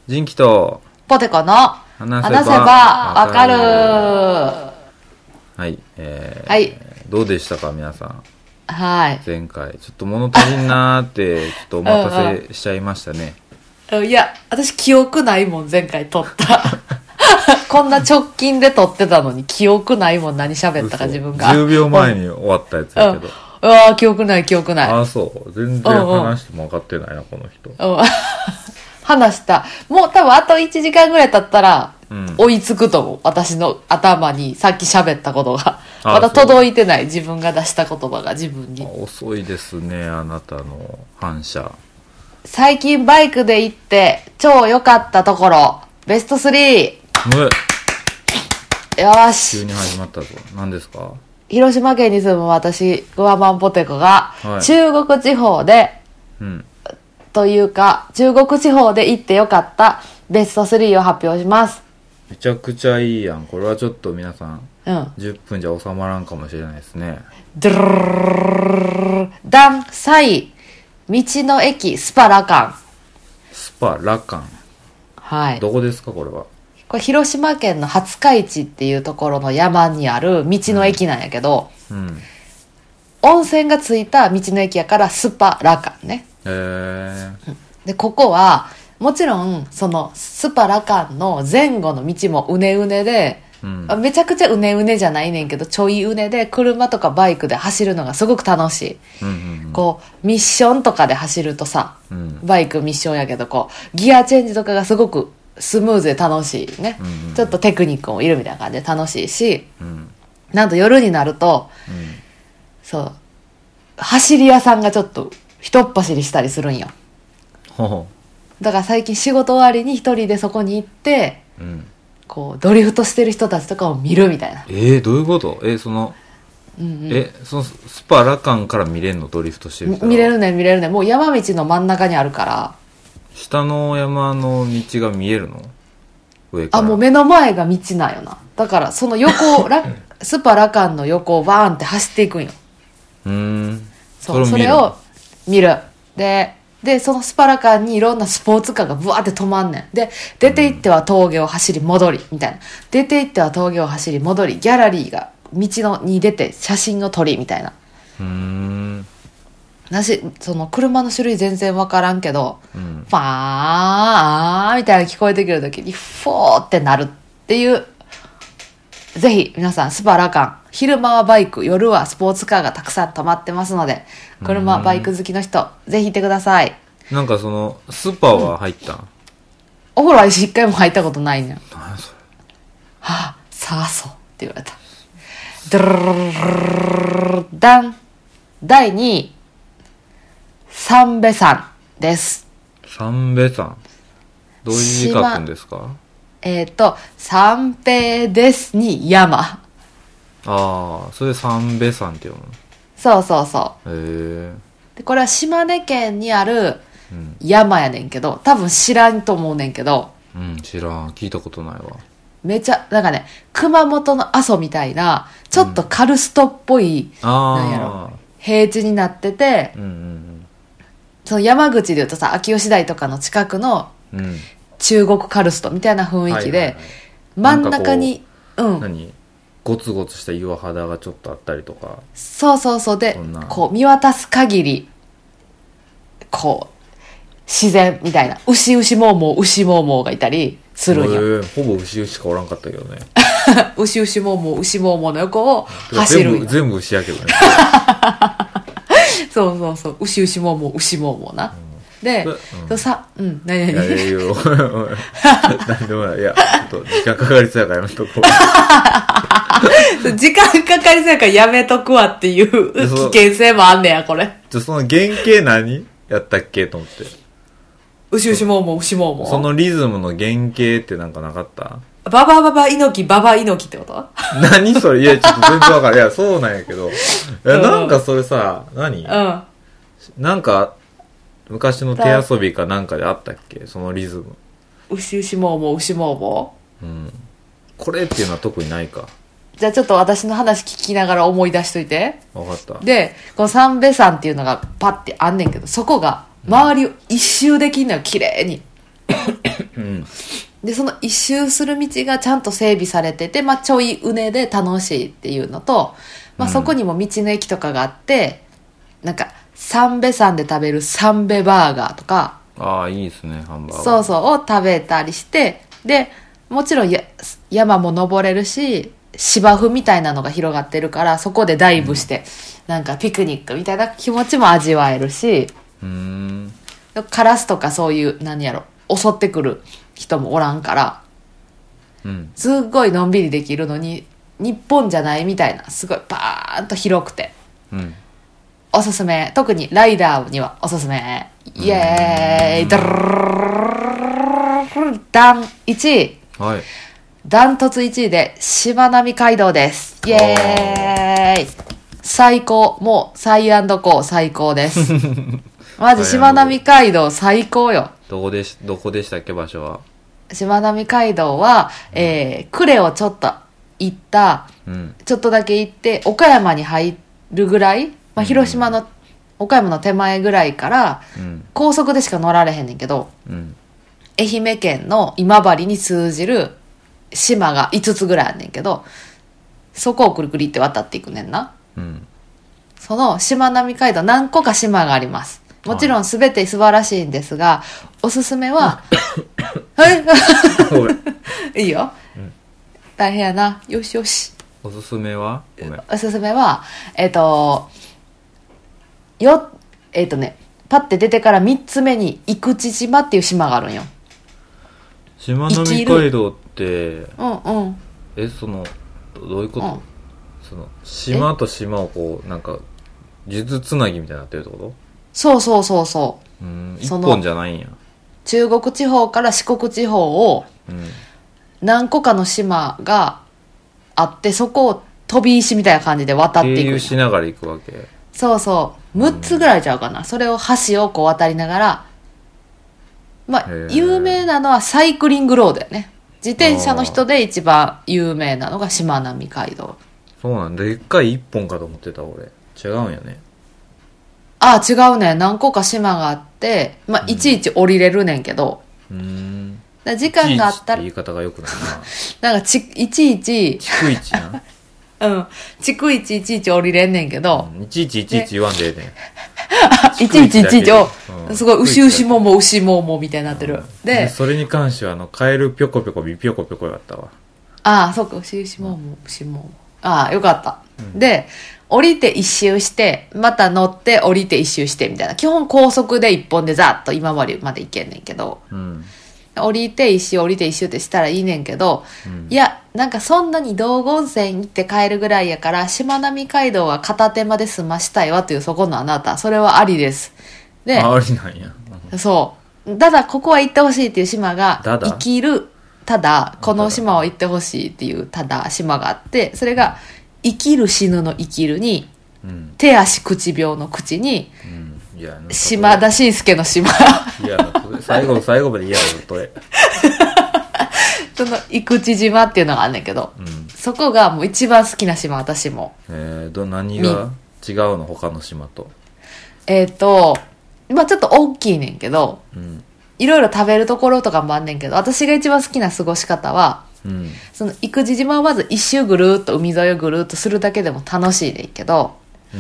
人気とポテコの話せばわかる。 はい、 はい。 どうでしたか皆さん。 はい。 前回ちょっと物足りんなーってちょっとお待たせしちゃいましたね。 いや、私記憶ないもん、前回撮ったこんな直近で撮ってたのに記憶ないもん、何喋ったか自分が 10秒前に終わったやつやけど、 うわ記憶ない。 ああ、そう全然話しても分かってないな、この人。 話した。もう多分あと1時間ぐらい経ったら、追いつくと思う。私の頭にさっき喋ったことが。まだ届いてない。自分が出した言葉が自分に。 遅いですね、あなたの反射。 最近バイクで行って超良かったところ、ベスト3。よし。 急に始まったぞ。何ですか？ 広島県に住む私、グワマンポテコが、 はい、 中国地方で、というか、中国地方で行ってよかったベスト3を発表します。 めちゃくちゃいいやん。これはちょっと皆さん、10分じゃ収まらんかもしれないですね。 ドゥルルルダン、3位、道の駅スパラカン。 スパラカン。 はい。 どこですか、これは。 これ広島県の廿日市っていうところの山にある道の駅なんやけど、温泉がついた道の駅やからスパラカンね。で、ここはもちろんそのスパラカンの前後の道もうねうねで、めちゃくちゃうねうねじゃないねんけどちょいうねで車とかバイクで走るのがすごく楽しい。こうミッションとかで走るとさ、バイクミッションやけどこうギアチェンジとかがすごくスムーズで楽しいね、ちょっとテクニックもいるみたいな感じで楽しいし、なんと夜になると、そう走り屋さんがちょっと一っ走りしたりするんよ。だから最近仕事終わりに一人でそこに行って、こうドリフトしてる人たちとかを見るみたいな。 どういうこと？そのそのスパラカンから見れんの？ドリフトしてる人。 見れるね。もう山道の真ん中にあるから。 下の山の道が見えるの？上から。 もう目の前が道なんよな。だからその横スパラカンの横をバーンって走っていくんよ。それを見る。でそのスパラカンにいろんなスポーツカーがブワーって止まんねん。で出て行っては峠を走り戻りみたいな。出て行っては峠を走り戻り、ギャラリーが道に出て写真を撮りみたいな。その車の種類全然分からんけど、ファーみたいな聞こえてくるときにフォーってなるっていう。ぜひ皆さんスパラカン、昼間はバイク、夜はスポーツカーがたくさん止まってますので、車バイク好きの人ぜひ行ってください。 なんかそのスパは入ったん？ お風呂は一回も入ったことないねん。 何それ？ さあそうって言われた。ドゥルルルルダン、第2位、三瓶山です。 三瓶山、どういう字書くんですか？ 三瓶ですに山。 それで三瓶山って読むの？ そうでこれは島根県にある山やねんけど、多分知らんと思うねんけど、 知らん、聞いたことないわ。 めちゃなんかね、熊本の阿蘇みたいなちょっとカルストっぽい、なんやろ、平地になってて、その山口でいうとさ、秋吉台とかの近くの中国カルストみたいな雰囲気で、真ん中に何ゴツゴツした岩肌がちょっとあったりとか。 そうで、こう見渡す限りこう自然みたいな、牛もうもうがいたりするんよ。 ほぼ牛しかおらんかったけどね。 牛もうもうの横を走るんよ。 全部牛やけどね。 そう牛もうもうな、で、何いや何でもない。いや、ちょっと時間かかりそうやからやめとこう。時間かかりそうやからやめとくわっていう危険性もあんねや、これ。 その原型何やったっけと思って。 牛もうもう。 そのリズムの原型ってなんかなかった？ ババ猪木ってこと？ 何それ？いや、ちょっと全然わかる。いや、そうなんやけど。なんかそれさ、なんか、昔の手遊びかなんかであったっけ？そのリズム。 牛もうも。 これっていうのは特にないか。 じゃあちょっと私の話聞きながら思い出しといて。 わかった。 で、この三瓶山っていうのがパッてあんねんけど、そこが周りを一周できんのよ、綺麗に。 うん、 でその一周する道がちゃんと整備されてて、まあ、ちょいうねで楽しいっていうのと、まあ、そこにも道の駅とかがあって、なんか三瓶山で食べる三瓶バーガーとか、 ああいいですね、ハンバーガー。 そうそうを食べたりして、でもちろん山も登れるし、芝生みたいなのが広がってるから、そこでダイブして、なんかピクニックみたいな気持ちも味わえるし、カラスとかそういう何やろ襲ってくる人もおらんから、すっごいのんびりできるのに、日本じゃないみたいな、すごいバーンと広くて、おすすめ。特にライダーにはおすすめ。イエーイ、ダン1位、 はい、 ダントツ1位でしまなみ海道です。イエーイ、最高。もうサイアンドコー最高ですマジしまなみ海道最高よ。 どこでしたっけ、場所は。 しまなみ海道は、呉をちょっと行った、ちょっとだけ行って岡山に入るぐらい、まあ、広島の、岡山の手前ぐらいから、高速でしか乗られへんねんけど、愛媛県の今治に通じる島が5つぐらいあんねんけど、そこをくるくりって渡っていくねんな。そのしまなみ海道何個か島があります。もちろん全て素晴らしいんですが、おすすめははいいいよ、大変やな。よしよし。 おすすめはおすすめはパッて出てから3つ目に生口島っていう島があるんよ。 しまなみ海道って、そのどういうこと、その島と島をこうなんか数珠つなぎみたいになってるってこと？ そうそうそうそう。 一本じゃないんや。 中国地方から四国地方を何個かの島があって、そこを飛び石みたいな感じで渡っていく。 経由しながら行くわけ。 そうそう、6つぐらいちゃうかな。それを橋をこう渡りながら、まあ有名なのはサイクリングロードやね。自転車の人で一番有名なのがしまなみ海道。 そうなんだ。でっかい一本かと思ってた俺。違うんやね。 ああ違うね。何個か島があって、まあいちいち降りれるねんけど、時間があったら言い方がよくないななんかいちいち逐一な逐一いちいち降りれんねんけど、 いちいち言わんでええねんいちいちを、すごい牛もも牛ももみたいになってる。でそれに関してはカエルぴょこぴょこビぴょこぴょこだったわ。 ああそうか、牛もも牛もも、ああよかった、で降りて一周して、また乗って降りて一周してみたいな、基本高速で一本でザッと今治まで行けんねんけど、降りて一周降りて一周ってしたらいいねんけど、いやなんかそんなに道後温泉行って帰るぐらいやから、しまなみ海道は片手まで済ましたいわという、そこのあなた、それはありです。でありなんや。 そうただここは行ってほしいっていう島が、生きるただこの島は行ってほしいっていうただ島があって、それが生きる死ぬの生きるに、手足口病の口に、島田紳介の島いや最後まで嫌だとその生口島っていうのがあんねんけど、そこがもう一番好きな島。私も何が違うの他の島と。 まあちょっと大きいねんけど、いろいろ食べるところとかもあんねんけど、私が一番好きな過ごし方は、その生口島をまず一周ぐるっと海沿いをぐるっとするだけでも楽しいねんけど、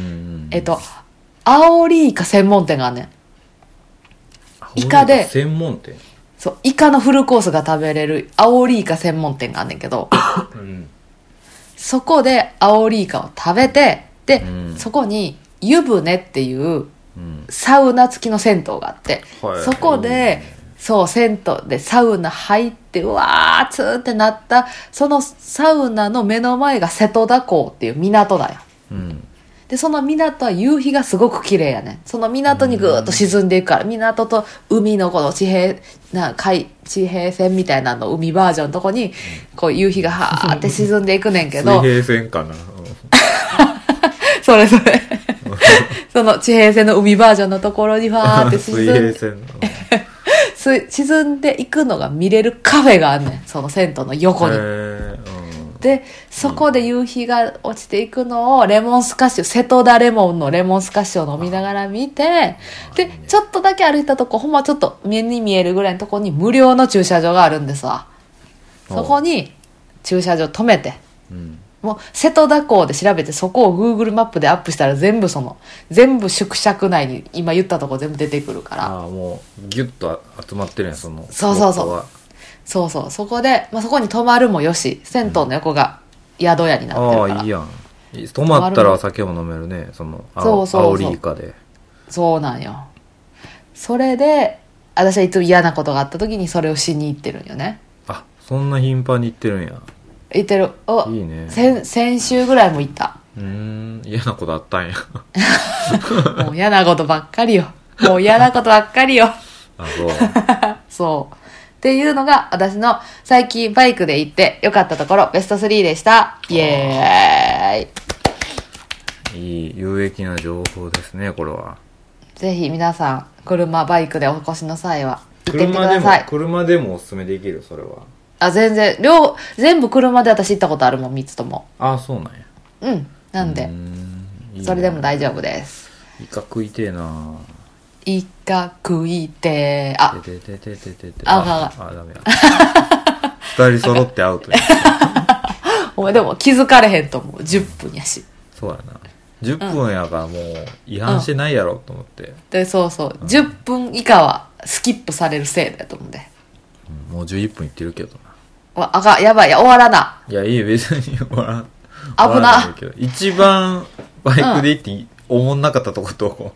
アオリイカ専門店があんねん。イカで専門店、 そうイカのフルコースが食べれるアオリイカ専門店があんねんけど、そこでアオリイカを食べて、で、そこに湯船っていうサウナ付きの銭湯があって、そこでそう銭湯でサウナ入って、うわーつーってなった、そのサウナの目の前が瀬戸田港っていう港だよ。でその港は夕日がすごく綺麗やねん。その港にぐーっと沈んでいくから、港と海のこの地平線みたいなの海バージョンのとこにこう夕日がはーって沈んでいくねんけど水平線かなそれその地平線の海バージョンのところにファーって沈んでいくのが見れるカフェがあんねん、その銭湯の横に。 でそこで夕日が落ちていくのをレモンスカッシュ、瀬戸田レモンのレモンスカッシュを飲みながら見て、でちょっとだけ歩いたとこ、ほんまちょっと目に見えるぐらいのとこに無料の駐車場があるんですわ。そこに駐車場止めて、もう瀬戸田港で調べて、そこを Google マップでアップしたら全部縮尺内に今言ったとこ全部出てくるから。 もうギュッと集まってるやん、その。 そうそこで、そこに泊まるもよし、銭湯の横が宿屋になってるから。 いいやん。泊まったら酒も飲めるね、そのアオリイカで。 そうなんよ。それで私はいつも嫌なことがあった時にそれをしに行ってるんよね。 そんな頻繁に行ってるんや。 行ってる。 いいね。 先週ぐらいも行った。 嫌なことあったんや。 もう嫌なことばっかりよ。そうそうっていうのが私の最近バイクで行って良かったところベスト3でした。イエーイ。 いい有益な情報ですね、これは。 ぜひ皆さん車バイクでお越しの際は行ってみてください。 車でもおすすめできる、それは。 全然全部車で私行ったことあるもん、3つとも。 そうなんや。 なんでそれでも大丈夫です。 イカ食いてえな。 イカ食いてダメや。2人揃ってアウトや。 お前でも気づかれへんと思う。10分やし。 そうやな。10分やからもう違反してないやろと思って。 で10分以下はスキップされるせいだと思うんで。 もう11分いってるけどな。やばい、終わらな。 いや、いい、別に終わらん。 危な。 一番バイクで行って思んなかったとことこ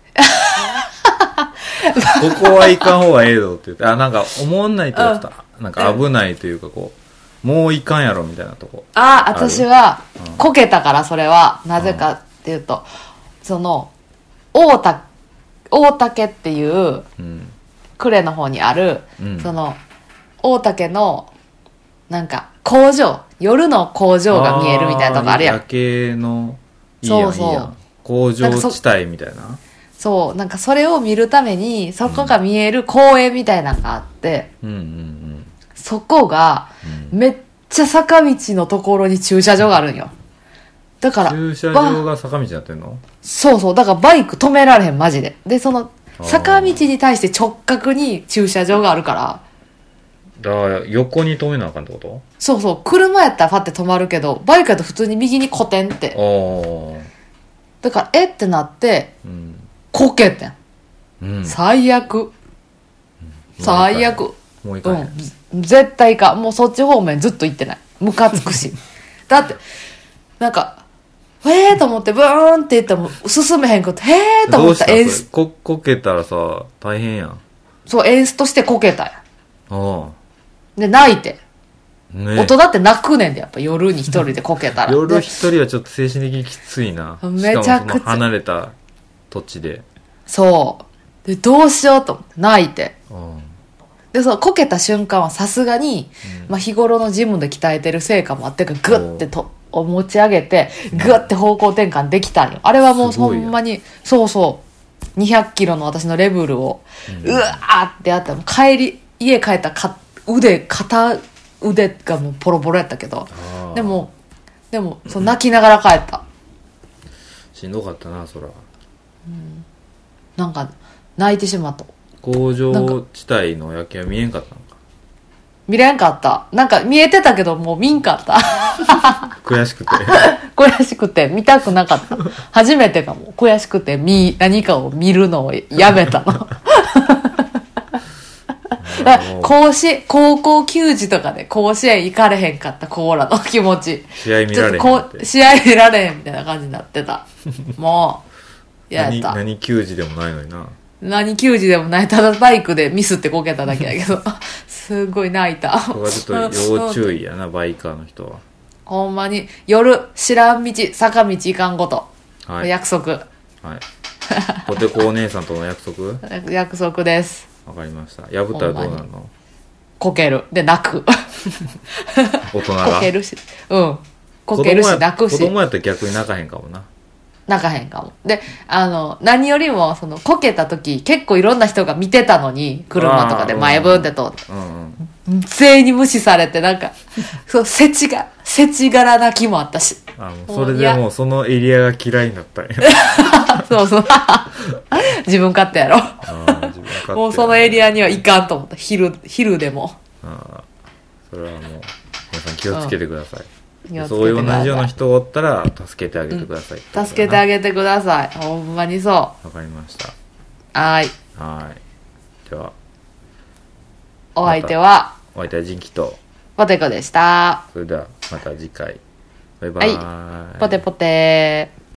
こは行かん方がええぞって言って、なんか思んないと言った、なんか危ないというかもう行かんやろみたいなとこ。 私はこけたから、それはなぜかっていうと、その大竹っていう呉の方にある、その大竹のなんか工場、夜の工場が見えるみたいなとこあるやん。 夜景のいいやん工場地帯みたいな。 なんかそれを見るためにそこが見える公園みたいなのがあって、そこがめっちゃ坂道のところに駐車場があるんよ。だから駐車場が坂道になってんの？ だからバイク止められへん、マジで。でその坂道に対して直角に駐車場があるから、 だから横に止めなあかんってこと？ 車やったらパッて止まるけど、バイクやと普通に右にコテンって。だからってなって、こけてん。最悪。 もう一回。 絶対か。もうそっち方面ずっと行ってない。ムカつくし。だってなんかと思ってブーンって言っても進めへんこと、と思った。 こけたらさ大変やん。 エンストしてこけたやん。 で泣いて、大人って泣くねんで、やっぱ夜に一人でこけたら。 夜一人はちょっと精神的にきついな。 めちゃくちゃしかもその離れた土地で。 でどうしようと思って泣いて、でこけた瞬間はさすがに、日頃のジムで鍛えてる成果もあってか、グッて持ち上げてグッて方向転換できたんよ。あれはもうほんまに200キロの私のレベルをうわーってやったら、家帰ったら片腕がもうポロポロやったけど、でも泣きながら帰った。 しんどかったな、そら。 なんか泣いてしまった。 工場地帯の夜景は見えんかったのか。 見れんかった。なんか見えてたけどもう見んかった。 悔しくて見たくなかった。初めてかも。悔しくて何かを見るのをやめたの。高校球児とかで甲子園行かれへんかったコーラの気持ち。 試合見られへんって。 試合見られへんみたいな感じになってた。もうやった。 何球児でもないのにな。 何球児でもない。ただバイクでミスってこけただけだけど。すごい泣いた。 ここはちょっと要注意やな、バイカーの人は。 ほんまに夜知らん道坂道行かんこと、約束。 ポテコお姉さんとの約束？ 約束です。 わかりました。破ったらどうなるの？ こける。で、泣く。 大人が。 こけるし。こけるし、泣くし。 子供やったら逆に泣かへんかもな。 泣かへんかも。で、何よりも、こけた時、結構いろんな人が見てたのに、車とかで前ブーンって通って。 全員に無視されて、なんか、そう、世知辛泣きもあったし。 もうそれでもうそのエリアが嫌いになったんや。 そうそう。自分勝手やろ。 自分勝手もうそのエリアには行かんと思った。昼でも。 それはもう、皆さん気をつけてください。 そういう同じような人がおったら、助けてあげてください。 助けてあげてください。ほんまにそう。 わかりました。 はい。 では。 お相手はジンキとポテコでした。 それではまた次回。バイバイ。 はい。ポテポテ。